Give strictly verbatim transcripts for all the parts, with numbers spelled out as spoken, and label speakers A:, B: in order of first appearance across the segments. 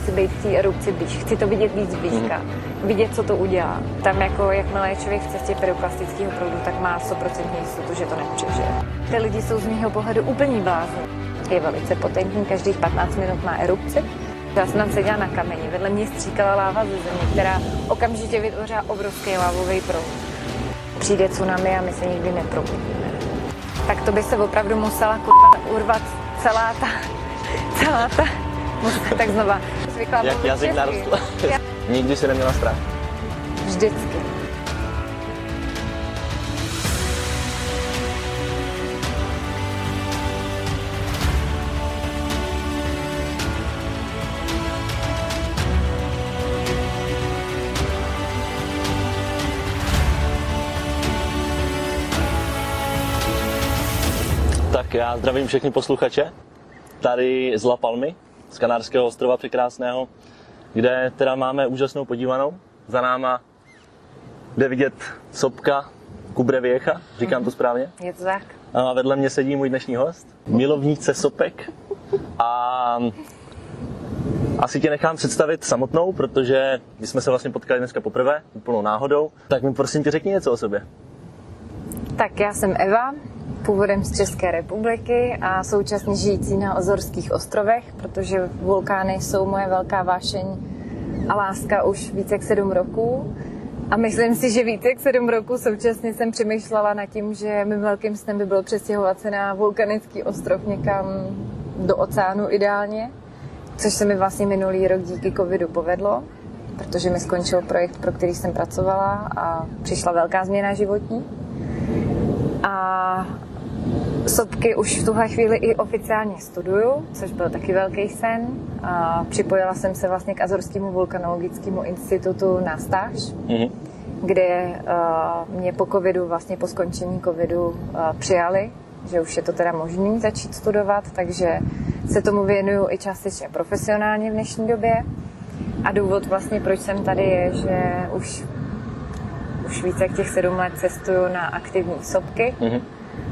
A: chci být v té erupci blíž, chci to vidět víc zblízka, mm. vidět, co to udělá. Tam jako, jakmile je člověk v cestě pyroklastického proudu, tak má sto procent jistotu, že to nepřežije. Ty lidi jsou z mého pohledu úplný blázni. Je velice potentní, každých patnáct minut má erupci. Já jsem tam seděla na kameni, vedle mě stříkala láva ze země, která okamžitě vytvořila obrovský lávový proud. Přijde tsunami a my se nikdy neprobudíme. Tak to by se opravdu musela k***a urvat celá ta, celá ta, tak znova. Zvykla
B: Jak jazyk narostl. Nikdy si neměla strach?
A: Vždycky.
B: Tak já zdravím všechny posluchače, tady z La Palmy, z Kanárského ostrova překrásného, kde teda máme úžasnou podívanou. Za náma jde vidět sopka Cubre Vieja, říkám to správně?
A: Je to tak.
B: A vedle mě sedí můj dnešní host, milovníce sopek. A asi tě nechám představit samotnou, protože my jsme se vlastně potkali dneska poprvé, úplnou náhodou. Tak mi prosím tě řekni něco o sobě.
A: Tak já jsem Eva, původem z České republiky a současně žijící na Azorských ostrovech, protože vulkány jsou moje velká vášeň a láska už více jak sedm roků. A myslím si, že více jak sedm roků současně jsem přemýšlela nad tím, že mým velkým snem by bylo přestěhovat se na vulkanický ostrov někam do oceánu ideálně, což se mi vlastně minulý rok díky covidu povedlo, protože mi skončil projekt, pro který jsem pracovala a přišla velká změna životní. A sopky už v tuhle chvíli i oficiálně studuju, což byl taky velký sen. A připojila jsem se vlastně k Azorskému vulkanologickému institutu na stáž, mm-hmm. kde uh, mě po covidu, vlastně po skončení covidu uh, přijali, že už je to teda možný začít studovat, takže se tomu věnuju i částečně profesionálně v dnešní době. A důvod vlastně, proč jsem tady, je, že už, už více jak těch sedm let cestuju na aktivní sopky. Mm-hmm.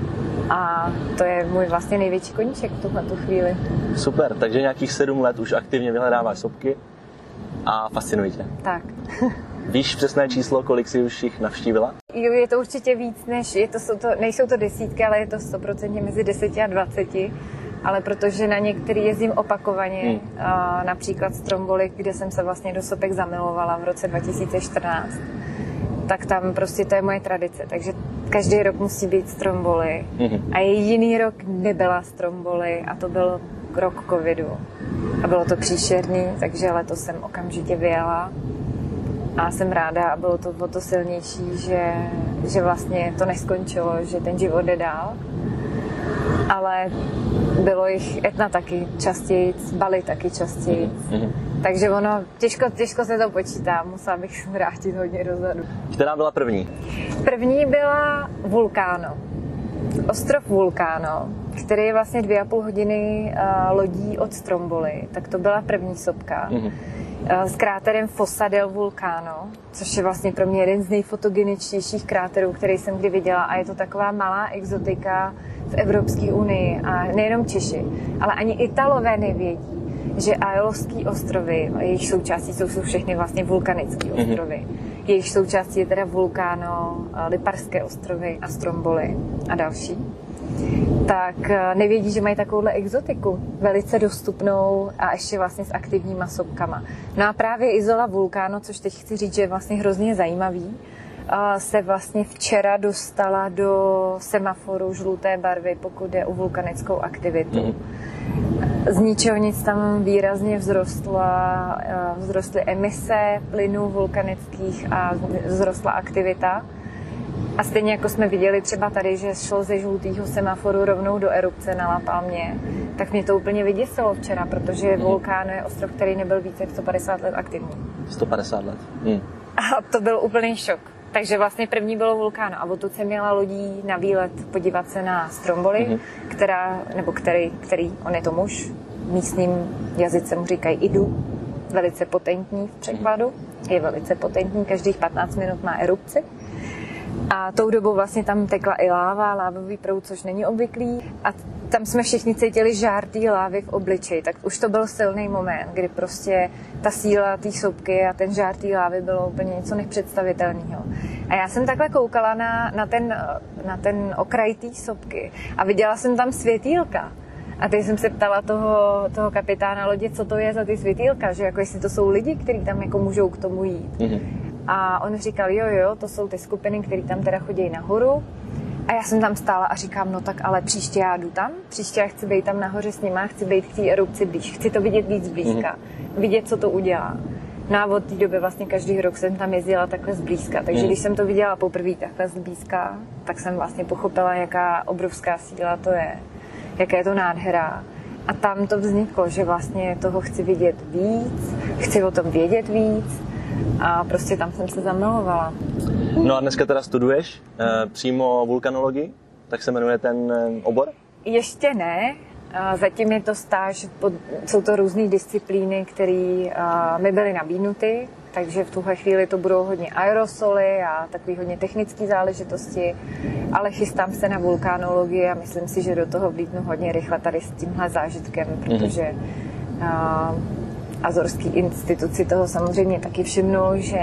A: A to je můj vlastně největší koníček v tuhle tu chvíli.
B: Super, takže nějakých sedm let už aktivně vyhledáváš sopky a fascinují tě.
A: Tak.
B: Víš přesné číslo, kolik jsi už jich navštívila?
A: Jo, je to určitě víc, než je to, jsou to, nejsou to desítky, ale je to sto procent mezi deseti a dvaceti. Ale protože na některý jezdím opakovaně, hmm. a například Stromboli, kde jsem se vlastně do sopek zamilovala v roce dva tisíce čtrnáct, tak tam prostě to je moje tradice, takže každý rok musí být Stromboli. Mm-hmm. A jediný rok nebyla Stromboli a to byl rok covidu. A bylo to příšerný, takže letos jsem okamžitě vyjela. A jsem ráda a bylo to o to silnější, že, že vlastně to neskončilo, že ten život jde dál. Ale bylo jich Etna taky častěji, Bali taky častěji. Mm-hmm. Takže ono, těžko, těžko se to počítá, musela bych se vrátit hodně dozadu.
B: Která byla první?
A: První byla Vulcano. Ostrov Vulcano, který je vlastně dvě a půl hodiny uh, lodí od Stromboli, tak to byla první sopka. Mm-hmm. Uh, s kráterem Fossa del Vulcano, což je vlastně pro mě jeden z nejfotogeničtějších kráterů, který jsem kdy viděla a je to taková malá exotika v Evropské unii a nejenom Češi, ale ani Italové nevědí, že Ajalský ostrovy, jejich součástí jsou, jsou všechny vlastně vulkanické ostrovy. Mm-hmm. Jejich součástí je teda Vulcano, Liparské ostrovy a Stromboli a další. Tak nevědí, že mají takovouhle exotiku, velice dostupnou a ještě vlastně s aktivníma sopkama. No a právě Isola Vulcano, což teď chci říct, že je vlastně hrozně zajímavý, se vlastně včera dostala do semaforu žluté barvy, pokud jde o vulkanickou aktivitu. Mm-hmm. Z ničeho nic tam výrazně vzrostla, vzrostly emise plynů vulkanických a vzrostla aktivita. A stejně jako jsme viděli třeba tady, že šlo ze žlutého semaforu rovnou do erupce na La Palmě, tak mě to úplně vyděsilo včera, protože mm. Vulcano je ostrov, který nebyl více jak sto padesát let aktivní.
B: sto padesát let. Mm.
A: A to byl úplný šok. Takže vlastně první bylo Vulcano a odtud jsem měla lodí na výlet podívat se na Stromboli, mm-hmm. která, nebo který, který, on je to muž, místním jazycem říkají Idu, velice potentní v překladu, mm-hmm. je velice potentní, každých patnáct minut má erupci. A tou dobou vlastně tam tekla i láva, lávový proud, což není obvyklý. A tam jsme všichni cítili žár té lávy v obličeji, tak už to byl silný moment, kdy prostě ta síla té sopky a ten žár té lávy bylo úplně něco nepředstavitelného. A já jsem takhle koukala na, na, ten, na ten okraj té sopky a viděla jsem tam světýlka. A teď jsem se ptala toho, toho kapitána lodě, co to je za ty světýlka, že jako jestli to jsou lidi, kteří tam jako můžou k tomu jít. Mm-hmm. A on říkal, jo, jo, to jsou ty skupiny, které tam teda chodí nahoru. A já jsem tam stála a říkám, no tak ale příště já jdu tam, příště já chci být tam nahoře s nima, chci být k té erupci blíž, chci to vidět víc blízka, mm-hmm. vidět, co to udělá. No a od té doby vlastně každý rok jsem tam jezdila takhle zblízka, takže mm. když jsem to viděla poprvé takhle zblízka, tak jsem vlastně pochopila, jaká obrovská síla to je, jaká je to nádhera. A tam to vzniklo, že vlastně toho chci vidět víc, chci o tom vědět víc a prostě tam jsem se zamilovala.
B: No a dneska teda studuješ e, přímo vulkanologii, tak se jmenuje ten e, obor?
A: Ještě ne. Zatím je to stáž, jsou to různé disciplíny, které mi byly nabídnuty, takže v tuhle chvíli to budou hodně aerosoly a takové hodně technické záležitosti, ale chystám se na vulkanologii a myslím si, že do toho vlítnu hodně rychle tady s tímhle zážitkem, protože mm-hmm. Azorský institut si toho samozřejmě taky všimnul, že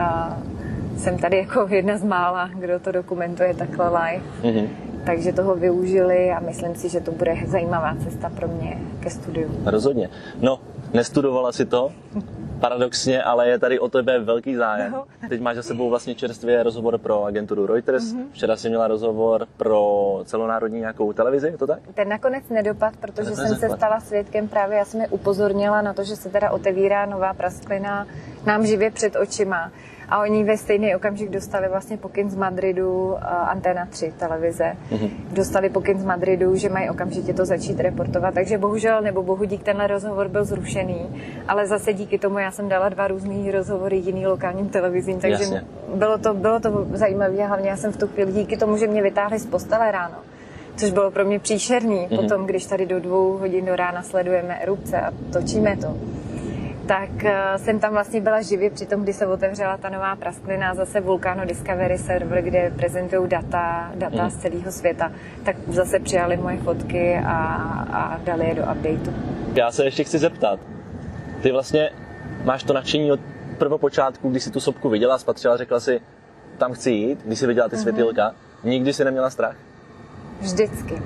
A: jsem tady jako jedna z mála, kdo to dokumentuje takhle live. Mm-hmm. Takže toho využili a myslím si, že to bude zajímavá cesta pro mě ke studiu. Rozhodně.
B: No, nestudovala si to, paradoxně, ale je tady o tebe velký zájem. No. Teď máš za sebou vlastně čerstvě rozhovor pro agenturu Reuters. Mm-hmm. Včera jsi měla rozhovor pro celonárodní nějakou televizi, je to tak?
A: Ten nakonec nedopad, protože Ten jsem nedopad. se stala svědkem právě, já jsem je upozornila na to, že se teda otevírá nová prasklina nám živě před očima. A oni ve stejný okamžik dostali vlastně pokyn z Madridu, uh, Antena tři televize, mm-hmm. dostali pokyn z Madridu, že mají okamžitě to začít reportovat, takže bohužel, nebo bohu dík, tenhle rozhovor byl zrušený, ale zase díky tomu já jsem dala dva různý rozhovory jiný lokálním televizím, takže bylo to, bylo to zajímavé a hlavně já jsem v tu chvíli díky tomu, že mě vytáhli z postele ráno, což bylo pro mě příšerný, mm-hmm. potom, když tady do dvou hodin do rána sledujeme erupce a točíme to. Tak uh, jsem tam vlastně byla živě při tom, kdy se otevřela ta nová prasklina, zase Vulcano Discovery server, kde prezentují data, data mm. z celého světa. Tak zase přijali moje fotky a, a dali je do updateu.
B: Já se ještě chci zeptat. Ty vlastně máš to nadšení od prvopočátku, když jsi tu sopku viděla, spatřila, řekla si, tam chci jít, když jsi viděla ty mm-hmm. světýlka. Nikdy jsi neměla strach?
A: Vždycky.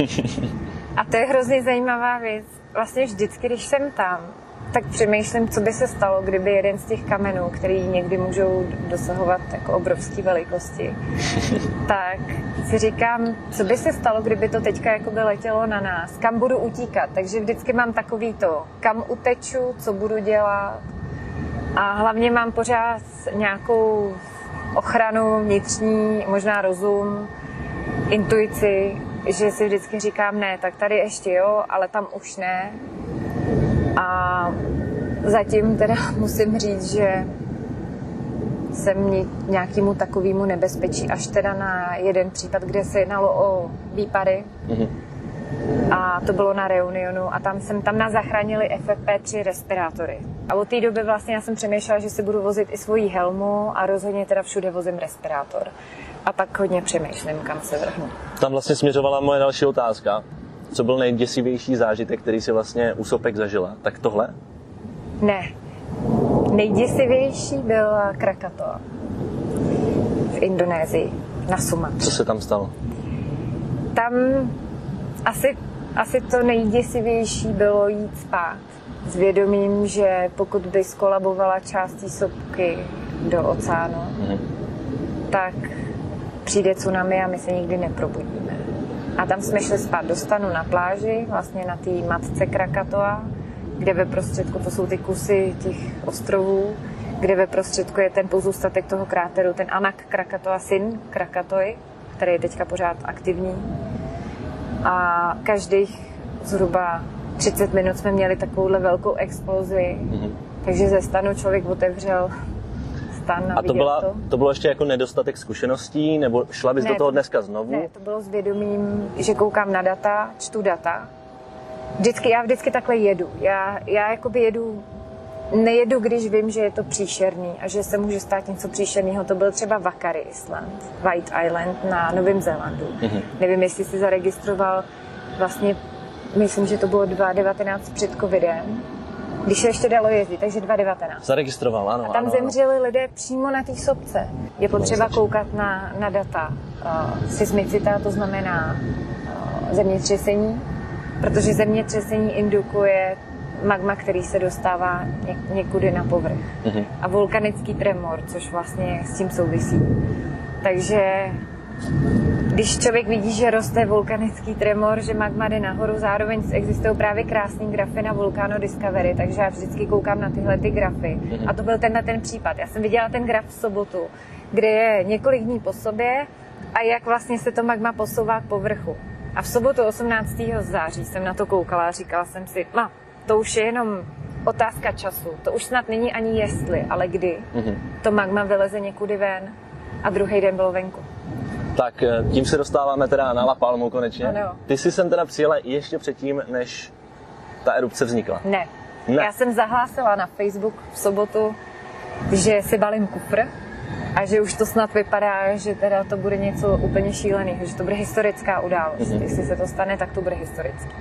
A: A to je hrozně zajímavá věc. Vlastně vždycky, když jsem tam, tak přemýšlím, co by se stalo, kdyby jeden z těch kamenů, který někdy můžou dosahovat jako obrovské velikosti, tak si říkám, co by se stalo, kdyby to teďka jako by letělo na nás, kam budu utíkat. Takže vždycky mám takový to, kam uteču, co budu dělat a hlavně mám pořád nějakou ochranu vnitřní, možná rozum, intuici, že si vždycky říkám, ne, tak tady ještě jo, ale tam už ne. A zatím teda musím říct, že jsem nějakému takovému nebezpečí až teda na jeden případ, kde se jednalo o výpary. Mm-hmm. A to bylo na Reunionu a tam jsem tam nás zachránili F F P tři respirátory. A od té doby vlastně já jsem přemýšlela, že si budu vozit i svoji helmu a rozhodně teda všude vozím respirátor. A tak hodně přemýšlím, kam se vrhnu.
B: Tam vlastně směřovala moje další otázka. Co byl nejděsivější zážitek, který si vlastně u sopek zažila? Tak tohle?
A: Ne. Nejděsivější byl Krakatoa v Indonésii, na Sumatře.
B: Co se tam stalo?
A: Tam asi, asi to nejděsivější bylo jít spát s vědomím, že pokud by skolabovala část té sopky do oceánu, mm-hmm. tak přijde tsunami a my se nikdy neprobudíme. A tam jsme šli spát do stanu na pláži, vlastně na té matce Krakatoa, kde ve prostředku, to jsou ty kusy těch ostrovů, kde ve prostředku je ten pozůstatek toho kráteru, ten Anak Krakatoa, syn Krakatoy, který je teďka pořád aktivní. A každých zhruba třicet minut jsme měli takovouhle velkou explozi, mm-hmm. takže ze stanu člověk otevřel stan a,
B: a to, byla, to. to bylo ještě jako nedostatek zkušeností, nebo šla bys ne, do toho dneska znovu?
A: Ne, to bylo s vědomím, že koukám na data, čtu data. Vždycky, já vždycky takhle jedu. Já, já jakoby jedu, nejedu, když vím, že je to příšerný a že se může stát něco příšerného. To byl třeba Vakary Island, White Island na Novém Zélandu. Mm-hmm. Nevím, jestli jsi zaregistroval vlastně, myslím, že to bylo dva tisíce devatenáct před covidem, když se ještě dalo jezdit, takže dva tisíce devatenáct.
B: Zaregistroval, ano.
A: A tam
B: ano,
A: zemřeli
B: ano.
A: lidé přímo na té sopce. Je potřeba koukat na, na data uh, seismicita, to znamená uh, zemětřesení, protože zemětřesení indukuje magma, který se dostává něk, někudy na povrch. Mm-hmm. A vulkanický tremor, což vlastně s tím souvisí. Takže když člověk vidí, že roste vulkanický tremor, že magma jde nahoru, zároveň existují právě krásný grafy na Vulcano Discovery, takže já vždycky koukám na tyhle ty grafy. Mm-hmm. A to byl tenhle ten případ. Já jsem viděla ten graf v sobotu, kde je několik dní po sobě a jak vlastně se to magma posouvá k povrchu. A v sobotu osmnáctého září jsem na to koukala a říkala jsem si, no, to už je jenom otázka času. To už snad není ani jestli, ale kdy. Mm-hmm. To magma vyleze někudy ven a druhý den bylo venku.
B: Tak tím se dostáváme teda na La Palmu konečně.
A: Ano.
B: Ty jsi sem teda přijela ještě předtím, než ta erupce vznikla.
A: Ne.
B: ne.
A: Já jsem zahlásila na Facebook v sobotu, že si balím kufr a že už to snad vypadá, že teda to bude něco úplně šíleného, že to bude historická událost. Mm-hmm. Jestli se to stane, tak to bude historický.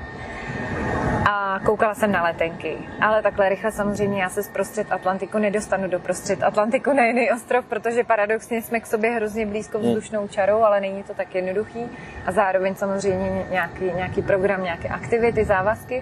A: A koukala jsem na letenky, ale takhle rychle samozřejmě já se z prostřed Atlantiku nedostanu do prostřed Atlantiku na jiný ostrov, protože paradoxně jsme k sobě hrozně blízko vzdušnou čarou, ale není to tak jednoduchý. A zároveň samozřejmě nějaký, nějaký program, nějaké aktivity, závazky.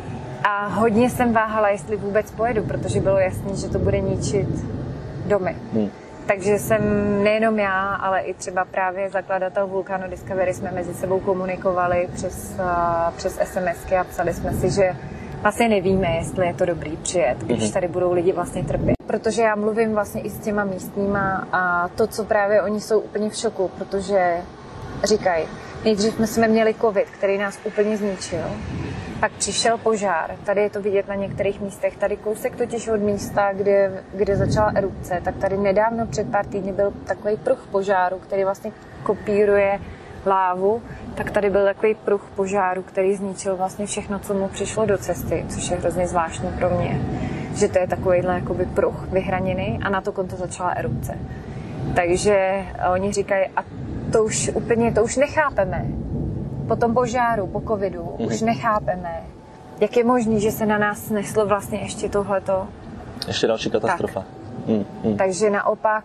A: A hodně jsem váhala, jestli vůbec pojedu, protože bylo jasný, že to bude ničit domy. Hmm. Takže jsem nejenom já, ale i třeba právě zakladatel Vulcano Discovery jsme mezi sebou komunikovali přes, uh, přes SMSky a psali jsme si, že vlastně nevíme, jestli je to dobrý přijet, když tady budou lidi vlastně trpět. Protože já mluvím vlastně i s těma místníma a to, co právě oni jsou úplně v šoku, protože říkají, nejdřív jsme měli covid, který nás úplně zničil. Pak přišel požár, tady je to vidět na některých místech, tady kousek totiž od místa, kde, kde začala erupce, tak tady nedávno před pár týdny byl takový pruh požáru, který vlastně kopíruje lávu, tak tady byl takový pruh požáru, který zničil vlastně všechno, co mu přišlo do cesty, což je hrozně zvláštní pro mě, že to je takovýhle jakoby pruh vyhraněný a na to konto začala erupce. Takže oni říkají, a to už úplně, to už nechápeme. Po tom požáru, po covidu, mm-hmm. už nechápeme, jak je možný, že se na nás sneslo vlastně ještě tohleto.
B: Ještě další katastrofa. Mm, mm.
A: Takže naopak,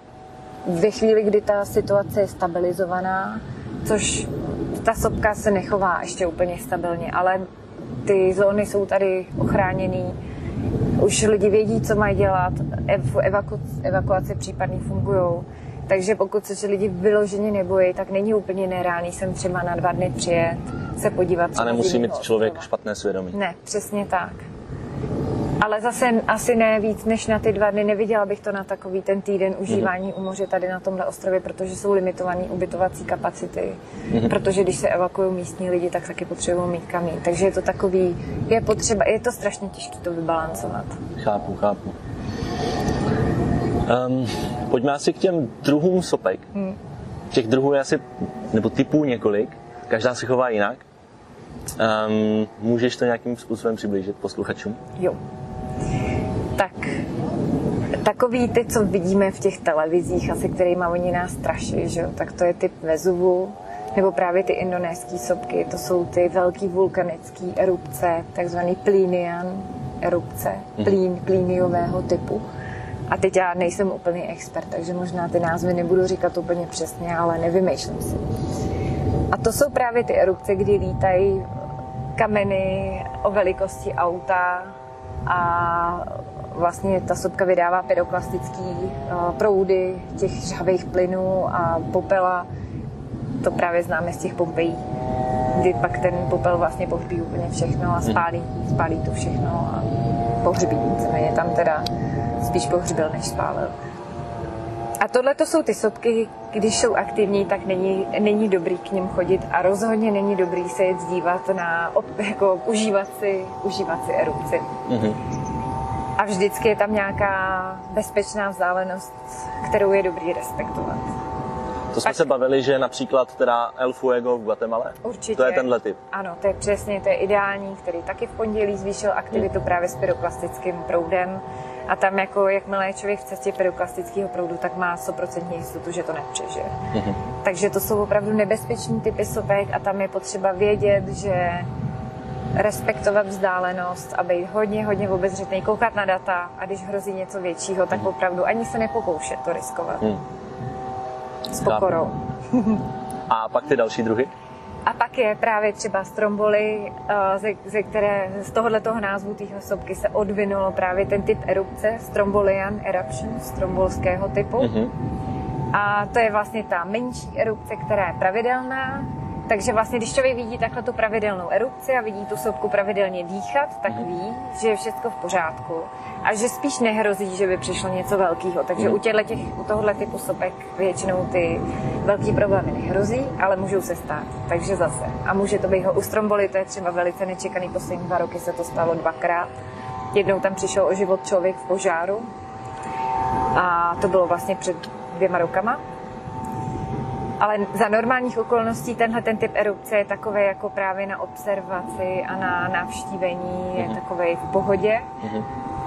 A: ve chvíli, kdy ta situace je stabilizovaná, což ta sopka se nechová ještě úplně stabilně, ale ty zóny jsou tady ochráněný, už lidi vědí, co mají dělat, evaku, evakuace případně fungujou. Takže pokud se lidi vyloženě nebojí, tak není úplně nereálný sem třeba na dva dny přijet, se podívat.
B: A nemusí mít člověk špatné svědomí.
A: Ne, přesně tak. Ale zase asi ne víc než na ty dva dny. Neviděla bych to na takový ten týden užívání mm-hmm. u moře tady na tomhle ostrově, protože jsou limitované ubytovací kapacity. Mm-hmm. Protože když se evakuují místní lidi, tak taky potřebují mít kam jít. Takže je to takový, je potřeba, je to strašně těžké to vybalancovat.
B: Chápu, chápu. Um, pojďme asi k těm druhům sopek. Hmm. Těch druhů je asi, nebo typů několik, každá se chová jinak. Um, můžeš to nějakým způsobem přiblížit posluchačům?
A: Jo. Tak, takový ty, co vidíme v těch televizích, asi kterýma oni nás straší, že jo? Tak to je typ Vezuvu, nebo právě ty indonéské sopky, to jsou ty velký vulkanické erupce, takzvaný Plinian erupce, hmm. plín, plíniového typu. A teď já nejsem úplný expert, takže možná ty názvy nebudu říkat úplně přesně, ale nevymýšlím si. A to jsou právě ty erupce, kdy lítají kameny o velikosti auta a vlastně ta sopka vydává pyroklastický proudy těch žhavých plynů a popela. To právě známe z těch Pompejí, kdy pak ten popel vlastně pohřbí úplně všechno a spálí, spálí to všechno a pohřbí. Nicméně tam teda spíš pohřbil, než spálil. A tohle to jsou ty sopky, když jsou aktivní, tak není, není dobrý k nim chodit a rozhodně není dobrý se jet dívat na, jako užívat si, užívat si erupci. Mm-hmm. A vždycky je tam nějaká bezpečná vzdálenost, kterou je dobrý respektovat.
B: To jsme
A: Pak...
B: se bavili, že například teda El Fuego v Guatemala.
A: Určitě.
B: To je tenhle typ.
A: Ano, to je přesně, to je ideální, který taky v pondělí zvýšil aktivitu hmm. právě s pyroklastickým proudem. A tam jako, jakmile je člověk v cestě pyroklastického proudu, tak má sto procent jistotu, že to nepřežije. Hmm. Takže to jsou opravdu nebezpečný typy sopek a tam je potřeba vědět, že respektovat vzdálenost a být hodně, hodně obezřetný, koukat na data a když hrozí něco většího, tak opravdu ani se nepokoušet to riskovat. Hmm. S pokorou.
B: A pak ty další druhy?
A: A pak je právě třeba stromboli, ze, ze které z tohoto názvu téhle sopky se odvinulo právě ten typ erupce, Strombolian eruption, strombolského typu. Mm-hmm. A to je vlastně ta menší erupce, která je pravidelná. Takže vlastně, když člověk vidí takhle tu pravidelnou erupci a vidí tu sopku pravidelně dýchat, tak mm-hmm. ví, že je všechno v pořádku. A že spíš nehrozí, že by přišlo něco velkého. Takže mm. u, těch, u tohohle typu sopek většinou ty velký problémy nehrozí, ale můžou se stát. Takže zase. A může to být ho u stromboli, to je třeba velice nečekaný. Poslední dva roky se to stalo dvakrát. Jednou tam přišel o život člověk v požáru. A to bylo vlastně před dvěma rokama. Ale za normálních okolností tenhle ten typ erupce je takový jako právě na observaci a na navštívení, je mm. takový v pohodě. Mm.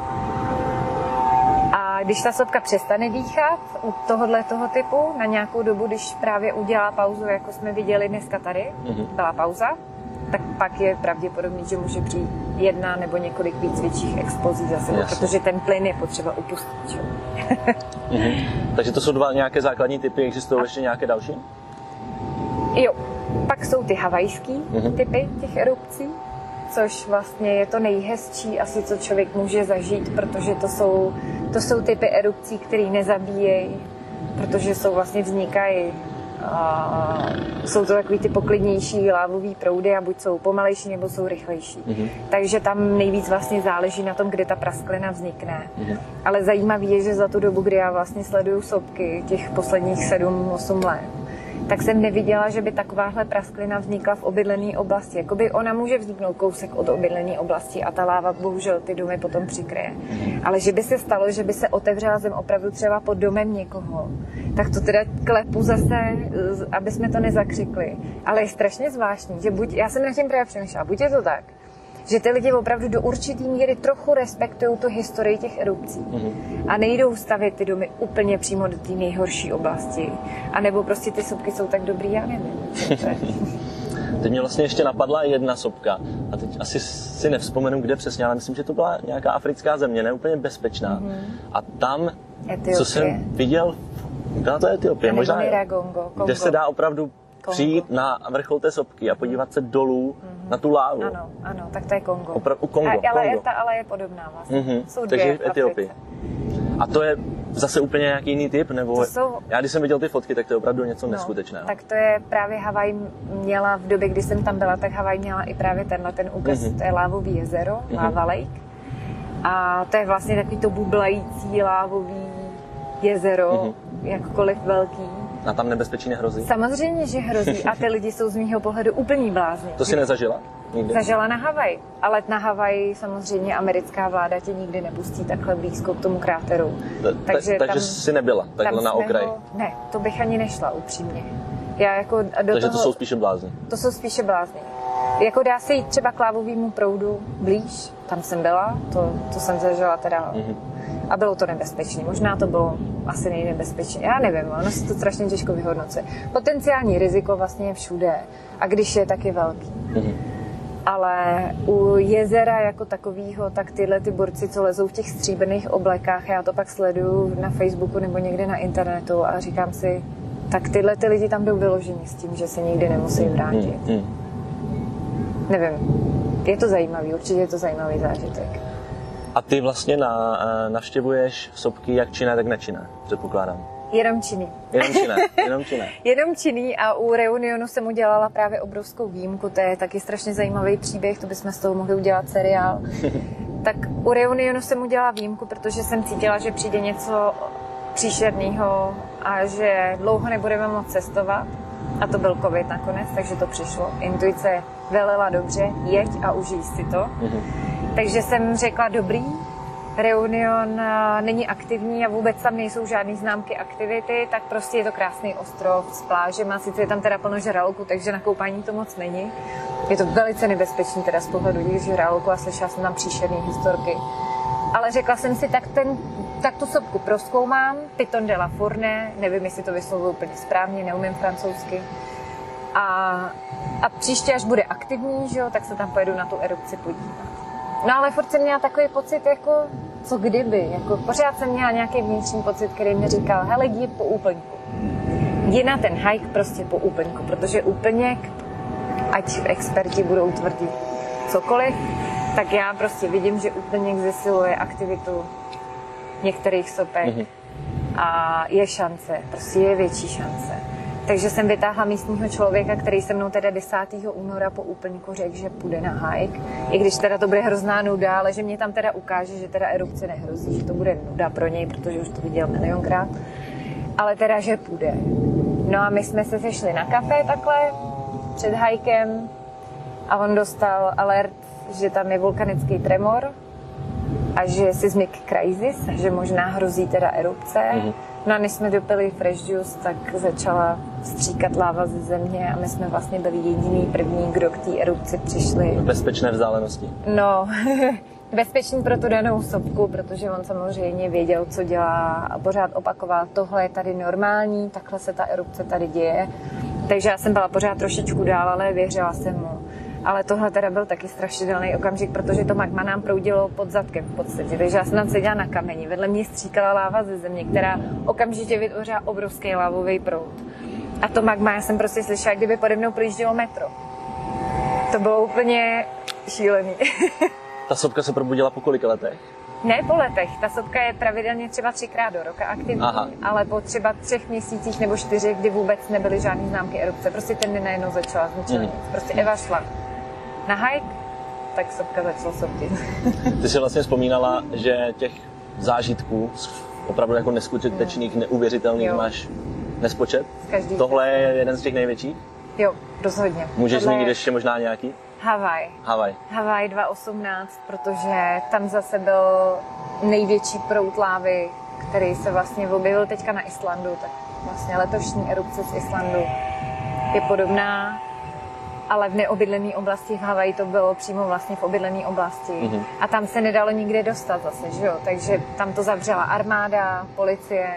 A: A když ta sopka přestane dýchat u tohohle toho typu na nějakou dobu, když právě udělá pauzu, jako jsme viděli dneska tady, mm-hmm. byla pauza, tak pak je pravděpodobný, že může přijít jedna nebo několik víc větších explozí za sebou, protože ten plyn je potřeba upustit.
B: mm-hmm. Takže to jsou dva nějaké základní typy, existují A... ještě nějaké další?
A: Jo, pak jsou ty havajský mm-hmm. typy těch erupcí, což vlastně je to nejhezčí asi, co člověk může zažít, protože to jsou, to jsou typy erupcí, které nezabíjejí, protože jsou vlastně vznikají. A jsou to takový ty poklidnější lávový proudy a buď jsou pomalejší, nebo jsou rychlejší. Mm-hmm. Takže tam nejvíc vlastně záleží na tom, kde ta prasklina vznikne. Mm-hmm. Ale zajímavé je, že za tu dobu, kdy já vlastně sleduju sopky těch posledních sedm osm let, tak jsem neviděla, že by takováhle prasklina vznikla v obydlené oblasti. Jakoby ona může vzniknout kousek od obydlené oblasti a ta láva bohužel ty domy potom přikryje. Ale že by se stalo, že by se otevřela zem opravdu třeba pod domem někoho, tak to teda klepu zase, aby jsme to nezakřikli. Ale je strašně zvláštní, že buď, já jsem na tím právě přemýšlela, buď je to tak, že ty lidi opravdu do určitý míry trochu respektují tu historii těch erupcí mm-hmm. a nejdou stavět ty domy úplně přímo do té nejhorší oblasti. A nebo prostě ty sopky jsou tak dobrý, já nevím.
B: Teď mě vlastně ještě napadla jedna sopka a teď asi si nevzpomenu, kde přesně, ale myslím, že to byla nějaká africká země, ne úplně bezpečná. Mm-hmm. A tam, Etiopie. Co jsem viděl, byla to Etiopie, možná,
A: Kongo, Kongo.
B: Kde se dá opravdu přijít na vrchol té sopky a podívat se dolů mm-hmm. na tu lávu.
A: Ano, ano, tak to je Kongo.
B: Opravdu Kongo,
A: a, ale,
B: Kongo.
A: Je ta, ale je podobná vlastně. Mm-hmm. Jsou
B: Takže
A: dvě
B: v Etiopii. A to je zase úplně nějaký jiný typ? Nebo
A: jsou...
B: Já když jsem viděl ty fotky, tak to je opravdu něco no, neskutečného.
A: Tak to je právě Havaj měla, v době, kdy jsem tam byla, tak Havaj měla i právě tenhle ten úkaz, mm-hmm. to je lávový jezero, mm-hmm. Lava Lake. A to je vlastně takový to bublající lávový jezero, mm-hmm. jakkoliv velký.
B: A tam nebezpečí nehrozí?
A: Samozřejmě, že hrozí a ty lidi jsou z mýho pohledu úplný blázni.
B: To si nezažila? Nikdy?
A: Zažila na Havaji, ale na Havaji samozřejmě americká vláda tě nikdy nepustí takhle blízko k tomu kráteru.
B: Ta, takže takže tam, jsi nebyla takhle na okraji? Ho,
A: ne, to bych ani nešla upřímně. Já jako do
B: takže
A: toho,
B: to jsou spíše blázni?
A: To jsou spíše blázni. Jako dá se jít třeba k lávovému proudu blíž, tam jsem byla, to, to jsem zažila teda. Mm-hmm. A bylo to nebezpečné. Možná to bylo asi nejnebezpečnější. Já nevím, ono se to strašně těžko vyhodnocuje. Potenciální riziko vlastně je všude. A když je, tak je velký. Mm-hmm. Ale u jezera jako takového, tak tyhle ty borci, co lezou v těch stříbrných oblekách, já to pak sleduju na Facebooku nebo někde na internetu a říkám si, tak tyhle ty lidi tam jdou vyloženi s tím, že se nikdy nemusí vrátit. Mm-hmm. Nevím. Je to zajímavý, určitě je to zajímavý zážitek.
B: A ty vlastně na, navštěvuješ sopky jak činné, tak nečinné, předpokládám.
A: Jenom činný.
B: Jenom činné, jenom činné.
A: Jenom činný a u Reunionu jsem udělala právě obrovskou výjimku, to je taky strašně zajímavý příběh, to bychom z toho mohli udělat seriál. Tak u Reunionu jsem udělala výjimku, protože jsem cítila, že přijde něco příšerného a že dlouho nebudeme moct cestovat. A to byl covid nakonec, takže to přišlo. Intuice velela dobře, jeď a užij si to. Mm-hmm. Takže jsem řekla, dobrý, Reunion není aktivní a vůbec tam nejsou žádné známky aktivity, tak prostě je to krásný ostrov s plážema, sice je tam teda plno žraloků, takže na koupání to moc není. Je to velice nebezpečný teda z pohledu těch žraloků a slyšela jsem tam příšerné historky. Ale řekla jsem si, tak, ten, tak tu sopku prozkoumám, Piton de la Fourne, nevím, jestli to vyslovuju úplně správně, neumím francouzsky. A, a příště, až bude aktivní, že jo, tak se tam pojedu na tu erupci podívat. No ale furt jsem měla takový pocit, jako co kdyby, jako pořád jsem měla nějaký vnitřní pocit, který mi říkal, hele, jdi po úplňku. Jdi na ten hike prostě po úplňku, protože úplněk, ať experti budou tvrdit cokoliv, tak já prostě vidím, že úplněk zesiluje aktivitu některých sopek mm-hmm. a je šance, prostě je větší šance. Takže jsem vytáhla místního člověka, který se mnou teda desátého února po úplňku řekl, že půjde na hike. I když teda to bude hrozná nuda, ale že mě tam teda ukáže, že teda erupce nehrozí, že to bude nuda pro něj, protože už to viděl milionkrát. Ale teda, že půjde. No a my jsme se sešli na kafe takhle před hikem a on dostal alert, že tam je vulkanický tremor a že je seismic crisis, že možná hrozí teda erupce. Mm-hmm. No a než jsme dopili fresh juice, tak začala stříkat láva ze země a my jsme vlastně byli jediný první, kdo k té erupci přišli.
B: V bezpečné vzdálenosti.
A: No, bezpečný pro tu danou sopku, protože on samozřejmě věděl, co dělá a pořád opakoval, tohle je tady normální, takhle se ta erupce tady děje. Takže já jsem byla pořád trošičku dál, ale věřila jsem mu. Ale tohle teda byl taky strašidelný okamžik, protože to magma nám proudilo pod zadkem v podstatě. Takže já jsem tam seděla na kameni, vedle mě stříkala láva ze země, která okamžitě vytvořila obrovský lávový proud. A to magma, já jsem prostě slyšela, kdyby pode mnou projíždělo metro. To bylo úplně šílený.
B: Ta sopka se probudila po kolika letech?
A: Ne po letech, ta sopka je pravidelně třeba třikrát do roka aktivní, Aha. ale po třeba třech měsících nebo čtyřech, kdy vůbec nebyly žádné známky erupce. Prostě ten den najednou začala zničený. Mm. Prostě Eva šla na hike, tak sopka začala soptit.
B: Ty jsi vlastně vzpomínala, že těch zážitků opravdu jako neskutečných, neuvěřitelných jo. máš nespočet. Tohle je jeden z těch největších?
A: Jo, rozhodně.
B: Můžeš Tohle... zmínit ještě možná nějaký?
A: Havaj.
B: Havaj.
A: Havaj dva tisíce osmnáct, protože tam zase byl největší proud lávy, který se vlastně objevil teďka na Islandu, tak vlastně letošní erupce z Islandu je podobná, ale v neobydlené oblasti v Havaji to bylo přímo vlastně v obydlené oblasti. Mm-hmm. A tam se nedalo nikde dostat zase, že jo? Takže tam to zavřela armáda, policie.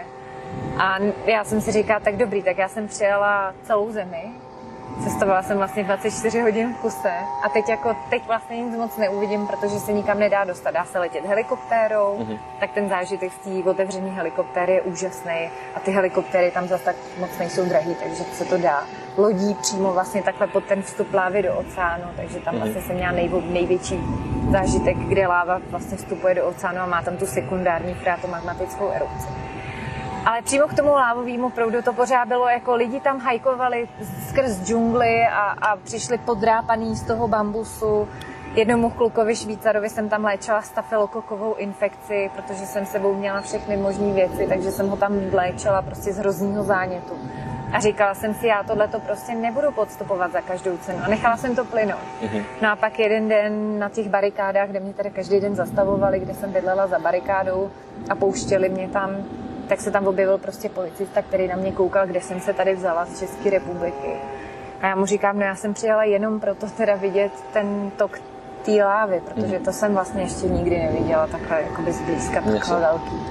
A: A já jsem si říkala, tak dobrý, tak já jsem přijela celou zemi. Cestovala jsem vlastně dvacet čtyři hodin v kuse a teď jako teď vlastně nic moc neuvidím, protože se nikam nedá dostat. Dá se letět helikoptérou, mm-hmm. tak ten zážitek z té otevřené helikoptéry je úžasný a ty helikoptéry tam zase tak moc nejsou drahý, takže se to dá. Lodí přímo vlastně takhle pod ten vstup lávy do oceánu, takže tam mm-hmm. vlastně jsem měla nej, největší zážitek, kde láva vlastně vstupuje do oceánu a má tam tu sekundární frátomagmatickou erupci. Ale přímo k tomu lávovému proudu to pořád bylo, jako lidi tam hajkovali skrz džungli a, a přišli podrápaný z toho bambusu. Jednomu klukovi Švýcarovi jsem tam léčila stafylokokovou infekci, protože jsem sebou měla všechny možné věci, takže jsem ho tam léčila prostě z hrozného zánětu. A říkala jsem si, já tohleto prostě nebudu podstupovat za každou cenu. A nechala jsem to plynout. Mm-hmm. No a pak jeden den na těch barikádách, kde mě tady každý den zastavovali, kde jsem bydlela za barikádou a pouštěli mě tam, tak se tam objevil prostě policista, který na mě koukal, kde jsem se tady vzala z České republiky. A já mu říkám, no já jsem přijela jenom proto teda vidět ten tok té lávy, protože to jsem vlastně ještě nikdy neviděla takhle jakoby zblízka, takhle velký.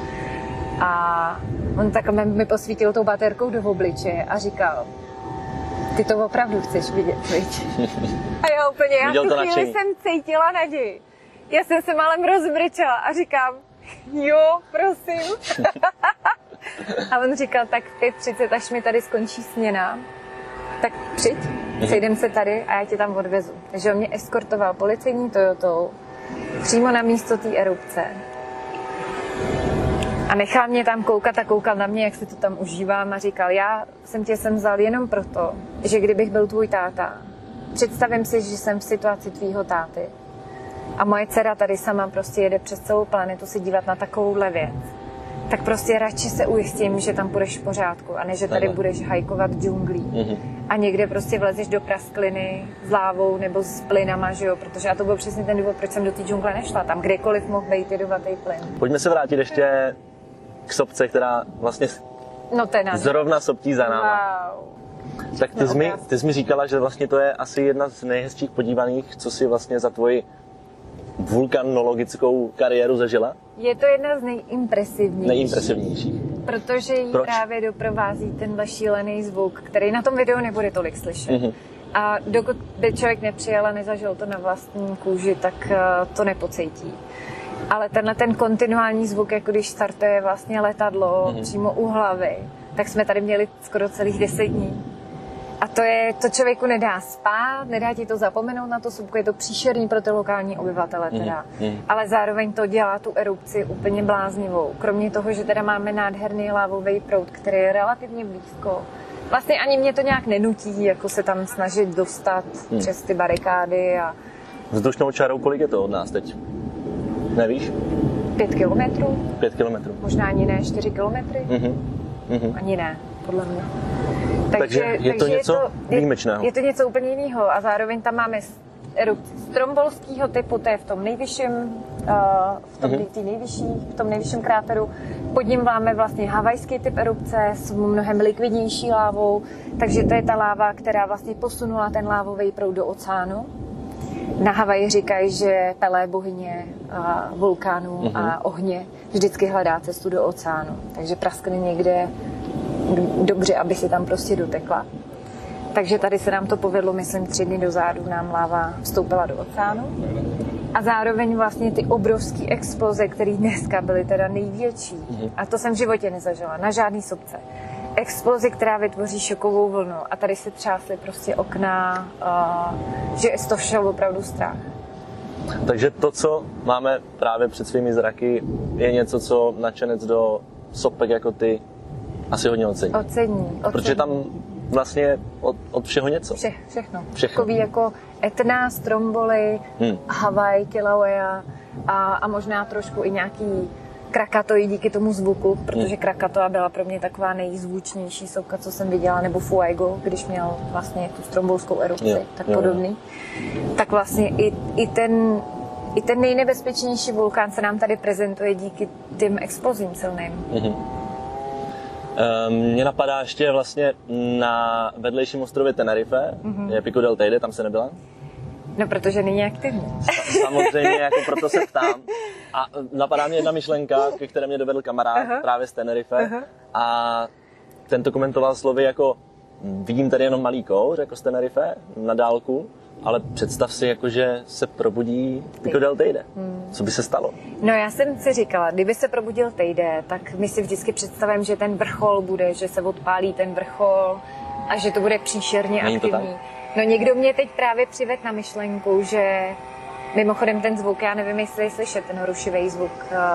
A: A on tak mi posvítil tou baterkou do obličeje a říkal, ty to opravdu chceš vidět, viď? A já úplně, já tu chvíli jsem cítila naději. Já jsem se málem rozbrečela a říkám, jo, prosím. A on říkal, tak v pět třicet, až mi tady skončí směna, tak přijď, sejdem se tady a já tě tam odvezu. Takže on mě eskortoval policejní Toyotou přímo na místo té erupce. A nechal mě tam koukat a koukal na mě, jak si to tam užívám a říkal, já jsem tě sem vzal jenom proto, že kdybych byl tvůj táta, představím si, že jsem v situaci tvýho táty a moje dcera tady sama prostě jede přes celou planetu si dívat na takovouhle věc, tak prostě radši se ujistím, že tam budeš v pořádku a ne, že tady budeš hajkovat džunglí. Mm-hmm. a někde prostě vlezeš do praskliny s lávou nebo s plynama, že jo, protože a to byl přesně ten důvod, proč jsem do té džungle nešla. Tam kdekoliv mohl být jedovatý plyn.
B: Pojďme se vrátit ještě k sopce, která vlastně
A: no ten
B: zrovna soptí za náma.
A: Wow.
B: Tak ty, no, jsi mi, ty jsi mi říkala, že vlastně to je asi jedna z nejhezčích podívaných, co si vlastně za tvoji vulkanologickou kariéru zažila?
A: Je to jedna z nejimpresivnějších.
B: Nejimpresivnějších.
A: Protože jí Proč? právě doprovází tenhle šílený zvuk, který na tom videu nebude tolik slyšet. Mm-hmm. A dokud by člověk nepřijel a nezažil to na vlastní kůži, tak uh, to nepocítí. Ale tenhle ten kontinuální zvuk, jako když startuje vlastně letadlo mm-hmm. přímo u hlavy, tak jsme tady měli skoro celých deset dní. A to je, to člověku nedá spát, nedá ti to zapomenout na to sopku, je to příšerný pro ty lokální obyvatele teda. Mm. Ale zároveň to dělá tu erupci úplně bláznivou. Kromě toho, že teda máme nádherný lávový proud, který je relativně blízko. Vlastně ani mě to nějak nenutí, jako se tam snažit dostat mm. přes ty barikády a...
B: Vzdušnou čarou kolik je to od nás teď? Nevíš?
A: Pět kilometrů.
B: Pět kilometrů.
A: Možná ani ne, čtyři kilometry. Mm-hmm. Mm-hmm. Ani ne, podle mě. Takže,
B: takže je to
A: takže
B: něco
A: je to,
B: výjimečného.
A: Je, je to něco úplně jiného a zároveň tam máme erupci strombolského typu, to je v tom nejvyšším, uh, v tom mm-hmm. nejvyšší, v tom nejvyšším kráteru. Pod ním máme vlastně havajský typ erupce s mnohem likvidnější lávou, takže to je ta láva, která vlastně posunula ten lávový proud do oceánu. Na Havaji říkají, že Pelé bohyně uh, vulkánů mm-hmm. a ohně vždycky hledá cestu do oceánu, takže praskne někde dobře, aby si tam prostě dotekla. Takže tady se nám to povedlo, myslím, tři dny dozadu nám láva vstoupila do oceánu. A zároveň vlastně ty obrovské exploze, které dneska byly teda největší, a to jsem v životě nezažila, na žádný sopce. Explozi, která vytvoří šokovou vlnu a tady se třásly prostě okna, uh, že z toho šel opravdu strach.
B: Takže to, co máme právě před svými zraky, je něco, co nadšenec do sopek jako ty asi hodně ocení.
A: Ocení, ocení.
B: Protože tam vlastně od, od všeho něco.
A: Vše, všechno.
B: všechno.
A: Takový jako Etna, Stromboli, hmm. Havaj, Kilauea a, a možná trošku i nějaký Krakatoa díky tomu zvuku, protože hmm. Krakatoa byla pro mě taková nejzvučnější sopka, co jsem viděla, nebo Fuego, když měl vlastně tu strombolskou erupci, jo, tak jo, podobný. Jo. Tak vlastně i, i ten i ten nejnebezpečnější vulkán se nám tady prezentuje díky těm explozím silným. Mm-hmm.
B: Mně napadá ještě vlastně na vedlejším ostrově Tenerife, mm-hmm. je Pico del Teide, tam se nebyla?
A: No, protože není aktivní.
B: Samozřejmě, jako proto se ptám. A napadá mě jedna myšlenka, ke které mě dovedl kamarád uh-huh. právě z Tenerife. Uh-huh. A ten to komentoval slovy jako vidím tady jenom malý kouř, jako z Tenerife, na dálku, ale představ si, jako, že se probudí Pico del Teide. Hmm. Co by se stalo?
A: No, já jsem si říkala, kdyby se probudil Teide, tak my si vždycky představím, že ten vrchol bude, že se odpálí ten vrchol a že to bude příšerně
B: Není
A: aktivní. No, někdo mě teď právě přivedl na myšlenku, že mimochodem ten zvuk, já nevím, jestli je slyšet ten rušivý zvuk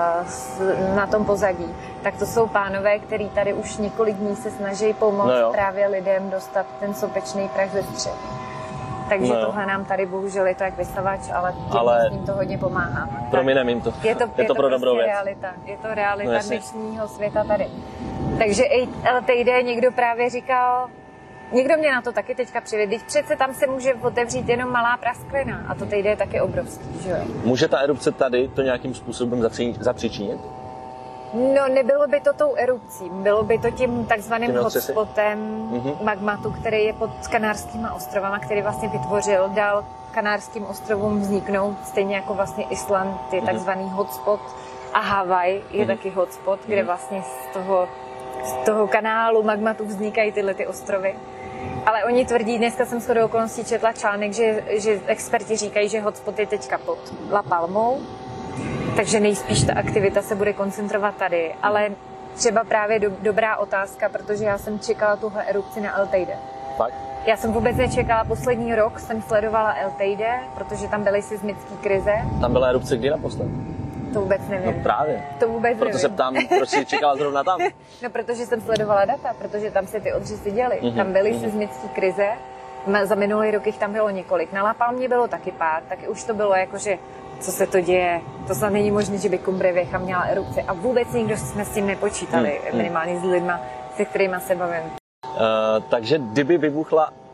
A: uh, na tom pozadí, tak to jsou pánové, který tady už několik dní se snaží pomoct no právě lidem dostat ten sopečný prach ze střech. Takže no tohle nám tady bohužel je to jak vysavač, ale těm ale... tím to hodně pomáhá.
B: Prominem jim to.
A: Je to,
B: je
A: je
B: to
A: to
B: pro
A: prostě
B: dobrou věc.
A: realita. Je to realita
B: no,
A: dnešního světa tady. Takže i Teide někdo právě říkal, někdo mě na to taky teďka přivedl, když přece tam se může otevřít jenom malá prasklina a to Teide je taky obrovský, že jo?
B: Může ta erupce tady to nějakým způsobem zapříčinit?
A: No, nebylo by to tou erupcí, bylo by to tím takzvaným hotspotem mm-hmm. magmatu, který je pod Kanárskýma ostrovama, který vlastně vytvořil, dal Kanárským ostrovům vzniknout, stejně jako vlastně Island je mm-hmm. takzvaný hotspot a Havaj je mm-hmm. taky hotspot, mm-hmm. kde vlastně z toho, z toho kanálu magmatu vznikají tyhle ty ostrovy. Ale oni tvrdí, dneska jsem shodou okolností četla článek, že, že experti říkají, že hotspot je teďka pod La Palmou, takže nejspíš ta aktivita se bude koncentrovat tady, ale třeba právě do, dobrá otázka, protože já jsem čekala tuhle erupci na El Teide.
B: Fakt?
A: Já jsem vůbec nečekala, poslední rok jsem sledovala El Teide, protože tam byly seismické krize.
B: Tam byla erupce kdy naposled?
A: To vůbec nevím.
B: No právě.
A: To vůbec
B: Proto
A: nevím.
B: se ptám, proč jsi čekala zrovna tam?
A: No, protože jsem sledovala data, protože tam se ty odřesy děly. Mm-hmm. Tam byly mm-hmm. seismické krize, za minulý rok jich tam bylo několik. Na La Palmě bylo taky pár, taky už to bylo jako, že co se to děje. To snad není možné, že by Cumbre měla erupci. A vůbec nikdo jsme s tím nepočítali, hmm. minimálně s lidma, se kterými se bavím.
B: Uh, takže kdyby vybuchla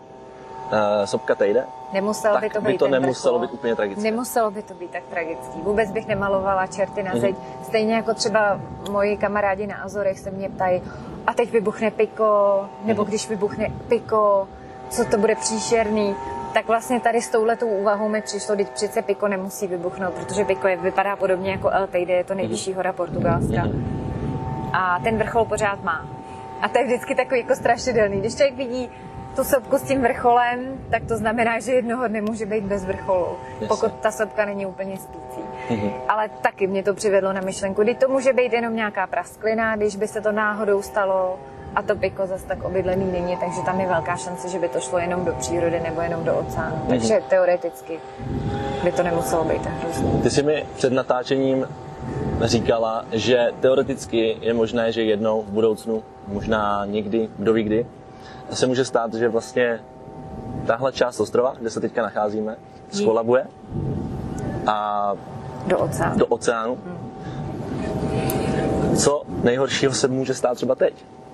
B: uh, sopka tejde,
A: nemuselo
B: tak
A: by to,
B: by
A: být
B: to
A: ten
B: nemuselo
A: vrchol.
B: být úplně tragické.
A: Nemuselo by to být tak tragický. Vůbec bych nemalovala čerty na zeď. Mm-hmm. Stejně jako třeba moji kamarádi na Azorech se mě ptají, a teď vybuchne piko, nebo mm-hmm. když vybuchne piko, co to bude příšerný. Tak vlastně tady s touhletou úvahou mi přišlo, když přece piko nemusí vybuchnout, protože piko je, vypadá podobně jako El Teide, je to nejvyšší hora Portugalska. Mm-hmm. A ten vrchol pořád má. A to je vždycky takový jako strašidelný. Když člověk vidí tu sopku s tím vrcholem, tak to znamená, že jednoho dne může být bez vrcholu, yes. pokud ta sopka není úplně spící. Mm-hmm. Ale taky mě to přivedlo na myšlenku, kdy to může být jenom nějaká prasklina, když by se to náhodou stalo a to piko zase tak obydlený není, takže tam je velká šance, že by to šlo jenom do přírody nebo jenom do oceánu. Mm-hmm. Takže teoreticky by to nemuselo být tak hrozný.
B: Ty jsi mi před natáčením říkala, že teoreticky je možné, že jednou v budoucnu, možná někdy, kdo ví kdy, se může stát, že vlastně tahle část ostrova, kde se teďka nacházíme, skolabuje a
A: do oceánu.
B: Do oceánu. Hmm. Co nejhoršího se může stát třeba teď?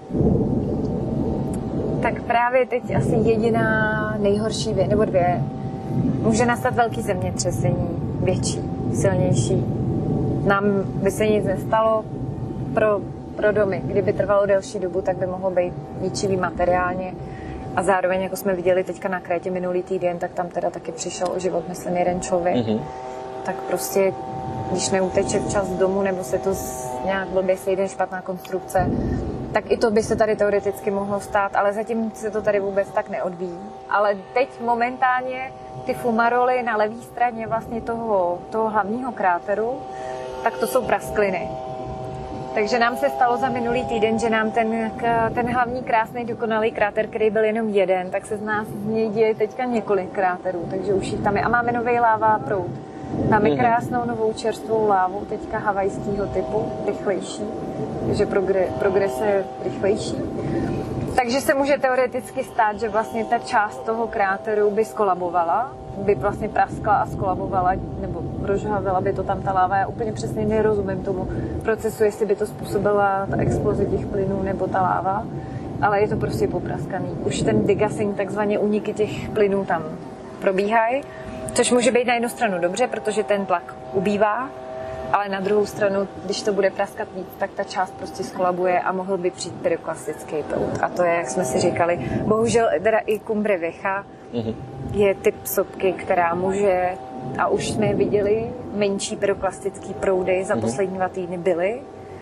A: Tak právě teď asi jediná nejhorší věc, nebo dvě, může nastat velký zemětřesení, větší, silnější. Nám by se nic nestalo pro, pro domy. Kdyby trvalo delší dobu, tak by mohlo být ničivý materiálně. A zároveň, jako jsme viděli teďka na Krétě minulý týden, tak tam teda taky přišel o život, myslím, jeden člověk. Mm-hmm. Tak prostě, když neuteče včas z domu, nebo se to nějak blbě sejde, špatná konstrukce, tak i to by se tady teoreticky mohlo stát, ale zatím se to tady vůbec tak neodvíjí. Ale teď momentálně ty fumaroly na levé straně vlastně toho, toho hlavního kráteru, tak to jsou praskliny. Takže nám se stalo za minulý týden, že nám ten, ten hlavní krásný dokonalý kráter, který byl jenom jeden, tak se z nás z něj děje teďka několik kráterů, takže už jich tam je. A máme nový láva proud. Máme krásnou novou čerstvou lávu, teďka havajského typu, rychlejší, takže progre, progrese je rychlejší. Takže se může teoreticky stát, že vlastně ta část toho kráteru by skolabovala, by vlastně praskla a skolabovala, nebo rozžhavila by to tam ta láva. Já úplně přesně nerozumím tomu procesu, jestli by to způsobila ta exploze těch plynů nebo ta láva, ale je to prostě popraskaný. Už ten degassing, takzvaně úniky těch plynů tam probíhají, což může být na jednu stranu dobře, protože ten tlak ubývá, ale na druhou stranu, když to bude praskat víc, tak ta část prostě skolabuje a mohl by přijít pyroklastický proud. A to je, jak jsme si říkali, bohužel teda i Cumbre Vieja mm-hmm. je typ sopky, která může, a už jsme viděli, menší pyroklastický proudy za mm-hmm. poslední dva týdny byly,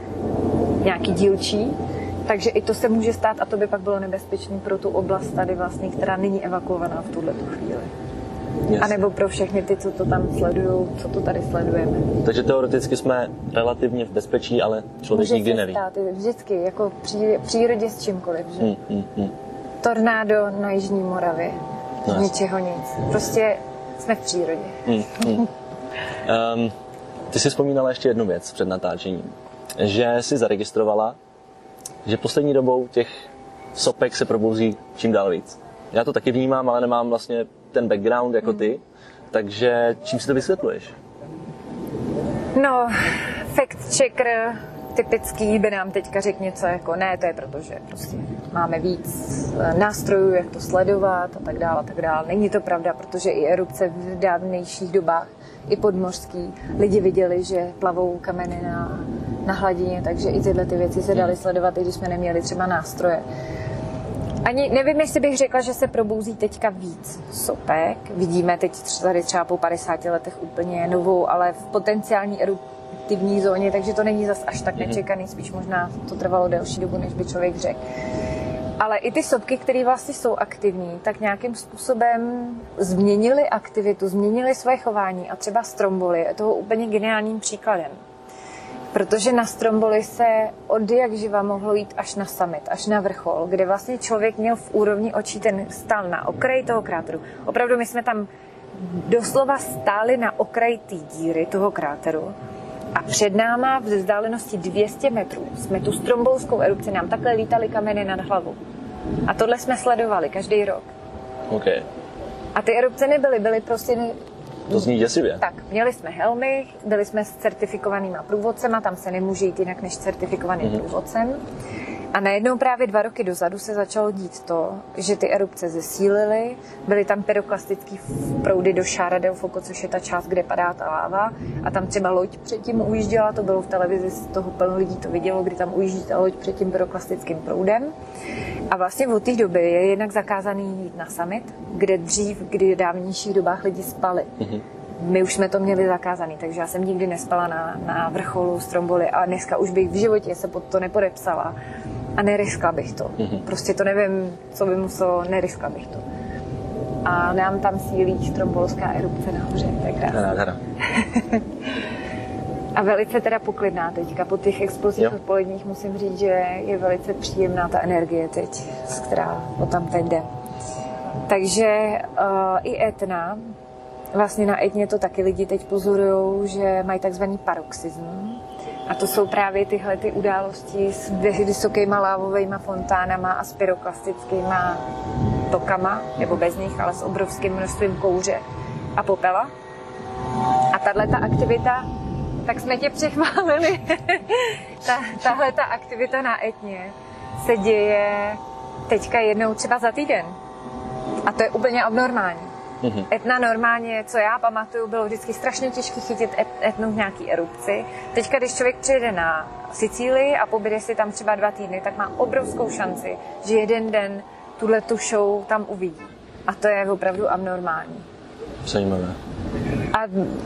A: nějaký dílčí, takže i to se může stát a to by pak bylo nebezpečné pro tu oblast tady vlastně, která není evakuovaná v tuhletu chvíli. Yes. A nebo pro všechny ty, co to tam sledují, co to tady sledujeme.
B: Takže teoreticky jsme relativně v bezpečí, ale člověk
A: může
B: nikdy neví.
A: Stát, vždycky, jako v přírodě s čímkoliv, že?
B: Hmm, hmm, hmm.
A: Tornádo na Jižní Moravě, no, ničeho nic. Prostě jsme v přírodě.
B: Hmm, hmm. um, ty jsi vzpomínala ještě jednu věc před natáčením, že jsi zaregistrovala, že poslední dobou těch sopek se probouzí čím dál víc. Já to taky vnímám, ale nemám vlastně ten background jako ty, takže čím si to vysvětluješ?
A: No, fact checker typický by nám teďka řekl něco jako ne, to je proto, že prostě máme víc nástrojů, jak to sledovat a tak dále a tak dále. Není to pravda, protože i erupce v dávnějších dobách, i podmořský, lidi viděli, že plavou kameny na, na hladině, takže i tyhle ty věci se daly sledovat, i když jsme neměli třeba nástroje. Ani nevím, jestli bych řekla, že se probouzí teďka víc sopek. Vidíme teď tady třeba po padesáti letech úplně novou, ale v potenciální eruptivní zóně, takže to není zas až tak nečekaný, spíš možná to trvalo delší dobu, než by člověk řekl. Ale i ty sopky, které vlastně jsou aktivní, tak nějakým způsobem změnily aktivitu, změnily své chování a třeba Stromboli je toho úplně geniálním příkladem. Protože na Stromboli se od jak živa mohlo jít až na summit, až na vrchol, kde vlastně člověk měl v úrovni očí, ten stál na okraji toho kráteru. Opravdu my jsme tam doslova stáli na okraji té díry, toho kráteru. A před náma v vzdálenosti dvě stě metrů jsme tu strombolskou erupci, nám takhle lítaly kameny nad hlavou. A tohle jsme sledovali každý rok.
B: Okay.
A: A ty erupce nebyly, byly prostě...
B: To zní děsivě.
A: Tak, měli jsme helmy, byli jsme s certifikovanýma průvodcema, tam se nemůže jít jinak než certifikovaným mm-hmm. průvodcem. A najednou právě dva roky dozadu se začalo dít to, že ty erupce zesílily, byly tam pyroklastické proudy do Shara del Foco, což je ta část, kde padá ta láva, a tam třeba loď předtím ujížděla, to bylo v televizi, z toho plno lidí to vidělo, kdy tam ujíždí ta loď před tím pyroklastickým proudem. A vlastně od té doby je jednak zakázaný jít na summit, kde dřív, kdy v dávnějších dobách lidi spali. Mm-hmm. My už jsme to měli zakázaný, takže já jsem nikdy nespala na, na vrcholu Stromboli a dneska už bych v životě se pod to nepodepsala a neriskla bych to. Mm-hmm. Prostě to nevím, co by muselo, neriskla bych to. A nám tam sílí strombolská erupce nahoře, to je krásné. A velice teda poklidná teďka. Po těch explozích odpoledních musím říct, že je velice příjemná ta energie teď, která o tam teď jde. Takže uh, i Etna, vlastně na Etně to taky lidi teď pozorujou, že mají takzvaný paroxysm. A to jsou právě tyhle ty události s vysokýma lávovými fontánama a s pyroklastickýma tokama, nebo bez nich, ale s obrovským množstvím kouře a popela. A tahleta aktivita, tak jsme tě přechválili, ta, tahle ta aktivita na Etně se děje teďka jednou třeba za týden. A to je úplně abnormální. Mm-hmm. Etna normálně, co já pamatuju, bylo vždycky strašně těžké chytit et, Etnu v nějaký erupci. Teďka, když člověk přijede na Sicílii a pobyde si tam třeba dva týdny, tak má obrovskou šanci, že jeden den tuhle tu show tam uvidí. A to je opravdu abnormální.
B: Zajímavé.
A: A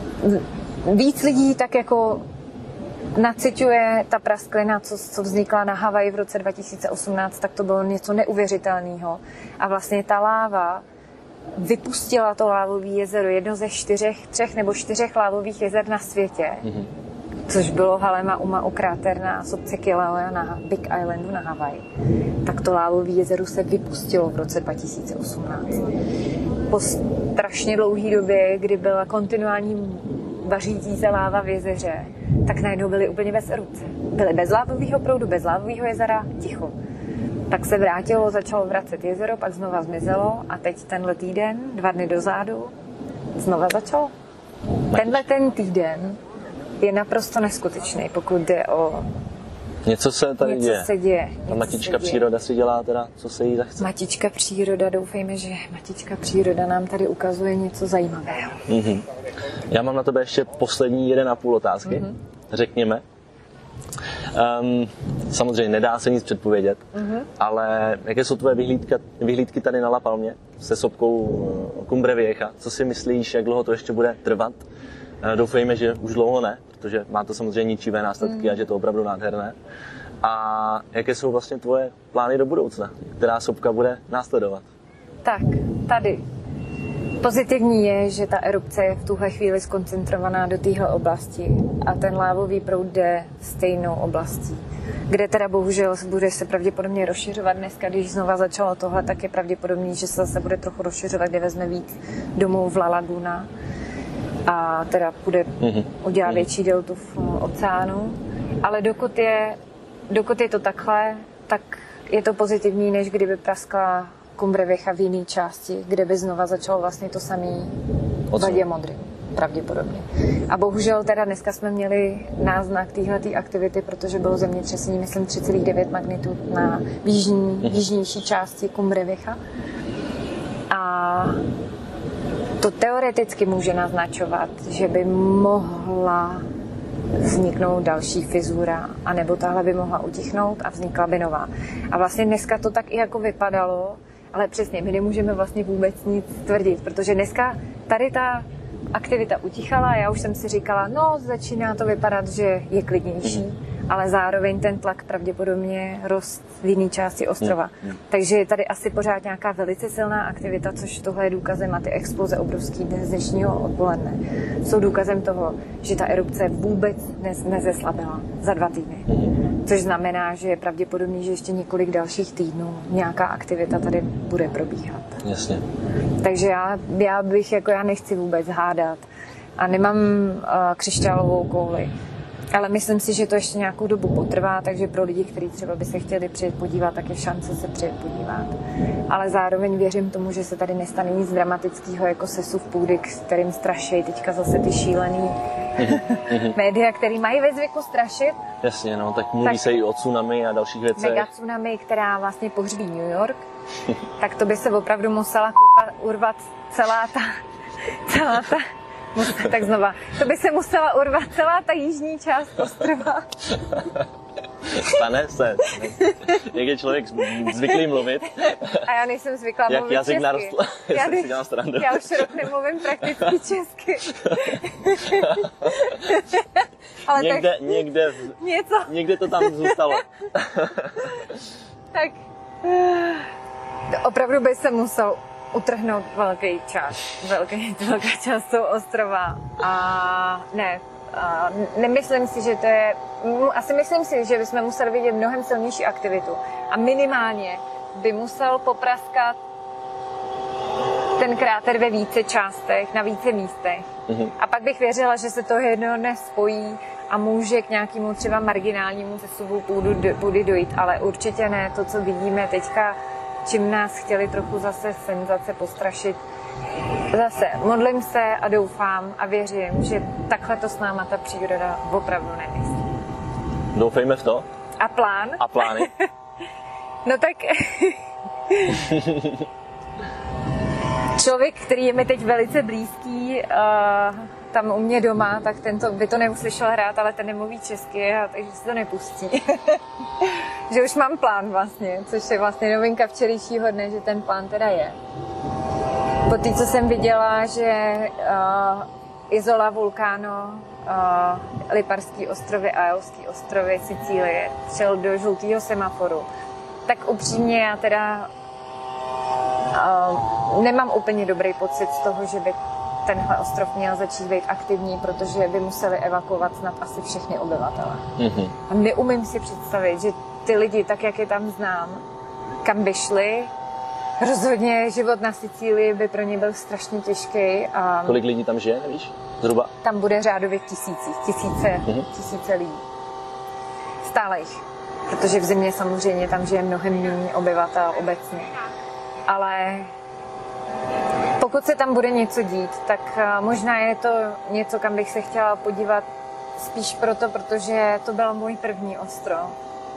A: víc lidí tak jako naciťuje ta prasklina, co, co vznikla na Havaji v roce dva tisíce osmnáct, tak to bylo něco neuvěřitelného. A vlastně ta láva vypustila to lávové jezero, jedno ze čtyřech, třech nebo čtyřech lávových jezer na světě, mm-hmm. což bylo Halema Umau kráter na sopce Kilauea na Big Islandu na Havaji. Tak to lávové jezero se vypustilo v roce dva tisíce osmnáct. Po strašně dlouhé době, kdy byla kontinuální vařící se láva v jezeře, tak najednou byly úplně bez erupce. Byly bez lávového proudu, bez lávového jezera, ticho. Tak se vrátilo, začalo vracet jezero, pak znova zmizelo a teď tenhle týden, dva dny dozadu, znova začalo. Tenhle ten týden je naprosto neskutečný, pokud jde o...
B: Něco se tady
A: něco
B: děje.
A: Se děje.
B: A matička příroda si dělá teda, co se jí zachce.
A: Matička příroda, doufejme, že matička příroda nám tady ukazuje něco zajímavého.
B: Mm-hmm. Já mám na tebe ještě poslední jeden a půl otázky, mm-hmm. řekněme. Um, samozřejmě nedá se nic předpovědět, mm-hmm. ale jaké jsou tvoje vyhlídka, vyhlídky tady na La Palmě se sopkou Cumbre Vieja? Co si myslíš, jak dlouho to ještě bude trvat? Uh, doufejme, že už dlouho ne, protože má to samozřejmě ničivé následky mm-hmm. a že je to opravdu nádherné. A jaké jsou vlastně tvoje plány do budoucna? Která sopka bude následovat?
A: Tak, tady. Pozitivní je, že ta erupce je v tuhle chvíli skoncentrovaná do téhle oblasti a ten lávový proud jde stejnou oblastí, kde teda bohužel bude se pravděpodobně rozšiřovat. Dneska, když znova začalo tohle, tak je pravděpodobný, že se zase bude trochu rozšiřovat, kde vezme víc domů v La Laguna a teda bude mm-hmm. udělat větší deltu v oceánu. Ale dokud je, dokud je to takhle, tak je to pozitivní, než kdyby praskla Cumbre Vieja v jiné části, kde by znova začalo vlastně to samé Vadě Modry, pravděpodobně. A bohužel teda dneska jsme měli náznak téhleté aktivity, protože bylo zemětřesení, myslím, tři celá devět magnitud na jižní, jižnější části Cumbre Vieja. A to teoreticky může naznačovat, že by mohla vzniknout další fizura, anebo tahle by mohla utichnout a vznikla by nová. A vlastně dneska to tak i jako vypadalo, ale přesně, my nemůžeme vlastně vůbec nic tvrdit, protože dneska tady ta aktivita utichala, já už jsem si říkala, no začíná to vypadat, že je klidnější, ale zároveň ten tlak pravděpodobně rost v jiné části ostrova. Takže je tady asi pořád nějaká velice silná aktivita, což tohle je důkazem a ty exploze obrovský z dnešního odpoledne jsou důkazem toho, že ta erupce vůbec nezeslabila za dva týdny. Což znamená, že je pravděpodobný, že ještě několik dalších týdnů nějaká aktivita tady bude probíhat.
B: Jasně.
A: Takže já, já bych, jako já nechci vůbec hádat a nemám uh, křišťálovou kouli. Ale myslím si, že to ještě nějakou dobu potrvá, takže pro lidi, kteří třeba by se chtěli přijet podívat, tak je šance se přijet podívat. Ale zároveň věřím tomu, že se tady nestane nic dramatického, jako sesuv půdy, s kterým straší teďka zase ty šílený média, který mají ve zvyku strašit.
B: Jasně, no, tak mluví tak se i o tsunami a dalších věcech.
A: Mega tsunami, která vlastně pohřbí New York, tak to by se opravdu musela kurva urvat celá ta, celá ta, tak znova, to by se musela urvat celá ta jižní část ostrova.
B: Stane se. Jak je člověk zvyklý mluvit.
A: A já nejsem zvyklá
B: jak
A: mluvit
B: jazyk
A: česky.
B: Narostl,
A: já,
B: si dělám srandu.
A: já už rok nemluvím prakticky česky. Ale
B: někde,
A: tak,
B: někde,
A: něco.
B: někde to tam zůstalo.
A: Tak opravdu by se musel utrhnout velký část, velký, velká část toho ostrova. A ne, a nemyslím si, že to je, asi myslím si, že bychom museli vidět mnohem silnější aktivitu. A minimálně by musel popraskat ten kráter ve více částech, na více místech. Mm-hmm. A pak bych věřila, že se to jedno dne spojí a může k nějakému třeba marginálnímu sesuvu půdy dojít, ale určitě ne to, co vidíme teďka, čím nás chtěli trochu zase senzace postrašit. Zase modlím se a doufám a věřím, že takhle to s náma ta příroda opravdu nemyslí.
B: Doufejme v to.
A: A plán?
B: A plány?
A: No tak... Člověk, který je mi teď velice blízký, uh, tam u mě doma, tak ten to, by to neuslyšel hrát, ale ten nemluví česky, a takže si to nepustí. Že už mám plán vlastně, což je vlastně novinka včerejšího dne, že ten plán teda je. Po té, co jsem viděla, že uh, Isola, Vulcano, uh, Liparský ostrovy, Ajovský ostrovy, Sicílie, šel do žlutého semaforu, tak upřímně já teda uh, nemám úplně dobrý pocit z toho, že by tenhle ostrov měl začít být aktivní, protože by museli evakuovat snad asi všechny obyvatele. Mm-hmm. A neumím si představit, že ty lidi, tak jak je tam znám, kam by šli, rozhodně život na Sicílii by pro ně byl strašně těžký. A
B: kolik lidí tam žije, nevíš? Zhruba?
A: Tam bude řádově tisících, tisíce, mm-hmm. tisíce lidí. Stále jich. Protože v zimě samozřejmě tam žije mnohem méně obyvatel obecně. Ale pokud se tam bude něco dít, tak možná je to něco, kam bych se chtěla podívat spíš proto, protože to byl můj první ostrov.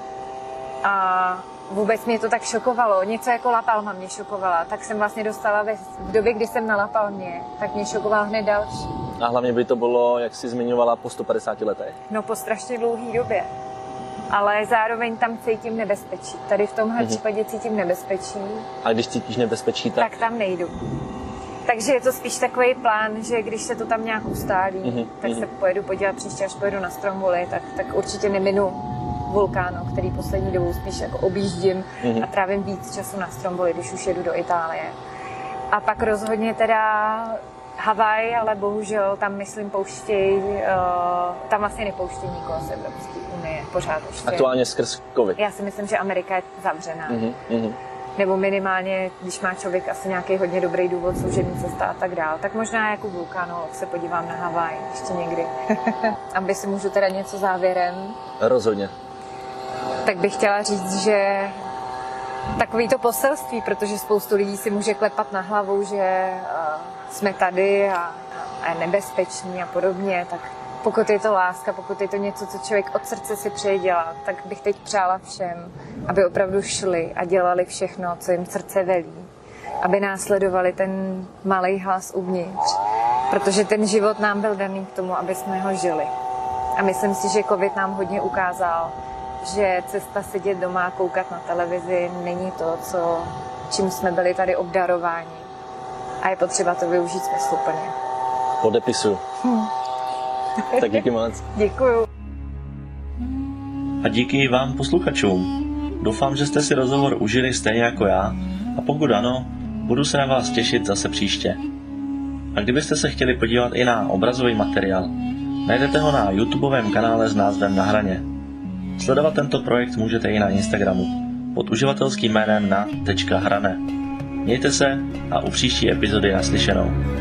A: A vůbec mě to tak šokovalo. Něco jako La Palma mě šokovala. Tak jsem vlastně dostala ve, v době, kdy jsem na La Palmě, tak mě šokoval hned další.
B: A hlavně by to bylo, jak jsi zmiňovala, po sto padesáti letech?
A: No po strašně dlouhé době. Ale zároveň tam cítím nebezpečí. Tady v tomhle mm-hmm. případě cítím nebezpečí.
B: A když cítíš nebezpečí, tak?
A: Tak tam nejdu. Takže je to spíš takový plán, že když se to tam nějak ustálí, mm-hmm. tak se pojedu podívat příště, až pojedu na Stromboli, tak, tak určitě neminu Vulcano, který poslední dobou spíš jako objíždím mm-hmm. a trávím víc času na Stromboli, když už jedu do Itálie. A pak rozhodně teda Havaj, ale bohužel tam myslím pouštěj, uh, tam vlastně nepouštějí nikoho z Evropské unie pořád ještě.
B: Aktuálně skrz covid.
A: Já si myslím, že Amerika je zavřená.
B: Mm-hmm.
A: Nebo minimálně, když má člověk asi nějaký hodně dobrý důvod, služební cesta a tak dál, tak možná jako Vulcano se podívám na Havaj ještě někdy. Aby si můžu teda něco závěrem.
B: Rozhodně.
A: Tak bych chtěla říct, že takový to poselství, protože spoustu lidí si může klepat na hlavu, že uh, jsme tady a, a je nebezpečný a podobně, tak pokud je to láska, pokud je to něco, co člověk od srdce si přeje dělat, tak bych teď přála všem, aby opravdu šli a dělali všechno, co jim srdce velí. Aby následovali ten malej hlas uvnitř, protože ten život nám byl daný k tomu, aby jsme ho žili. A myslím si, že covid nám hodně ukázal, že cesta sedět doma a koukat na televizi není to, co, čím jsme byli tady obdarováni. A je potřeba to využít smysluplně.
B: Podepisuju. Hm. Tak díky moc.
A: Děkuju.
B: A díky vám posluchačům. Doufám, že jste si rozhovor užili stejně jako já a pokud ano, budu se na vás těšit zase příště. A kdybyste se chtěli podívat i na obrazový materiál, najdete ho na YouTubeovém kanále s názvem Na hraně. Sledovat tento projekt můžete i na Instagramu pod uživatelským jménem na tečka hrane. Mějte se a u příští epizody naslyšenou.